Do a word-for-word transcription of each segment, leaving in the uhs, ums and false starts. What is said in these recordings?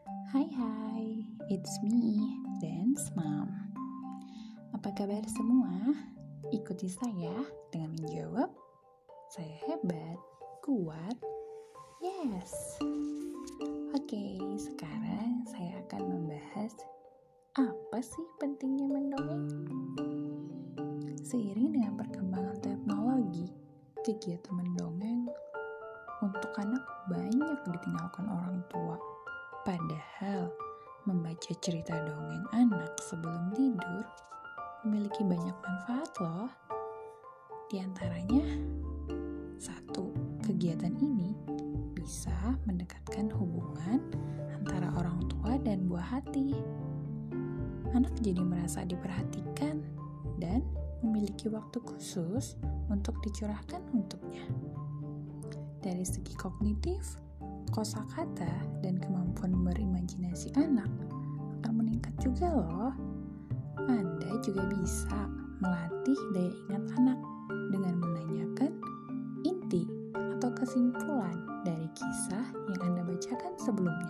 Hai hai, it's me, Dance Mom. Apa kabar semua? Ikuti saya dengan menjawab, saya hebat, kuat, yes. Oke, sekarang saya akan membahas apa sih pentingnya mendongeng? Seiring dengan perkembangan teknologi, kegiatan mendongeng untuk anak banyak ditinggalkan orang tua. Padahal, membaca cerita dongeng anak sebelum tidur memiliki banyak manfaat loh. Di antaranya, satu, kegiatan ini bisa mendekatkan hubungan antara orang tua dan buah hati. Anak jadi merasa diperhatikan dan memiliki waktu khusus untuk dicurahkan untuknya. Dari segi kognitif, kosakata dan kemampuan berimajinasi anak akan meningkat juga loh. Anda juga bisa melatih daya ingat anak dengan menanyakan inti atau kesimpulan dari kisah yang Anda bacakan sebelumnya.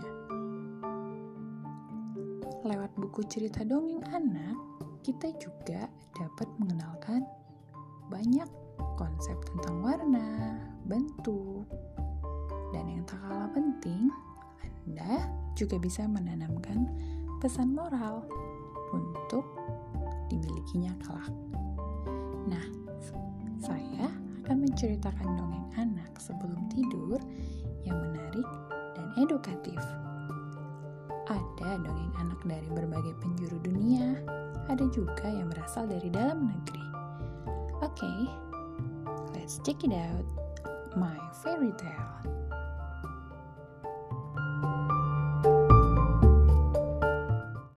Lewat buku cerita dongeng anak, kita juga dapat mengenalkan banyak konsep tentang warna, bentuk, dan yang tak kalah penting, Anda juga bisa menanamkan pesan moral untuk dimilikinya kelak. Nah, saya akan menceritakan dongeng anak sebelum tidur yang menarik dan edukatif. Ada dongeng anak dari berbagai penjuru dunia, ada juga yang berasal dari dalam negeri. Oke, okay, let's check it out. My fairy tale.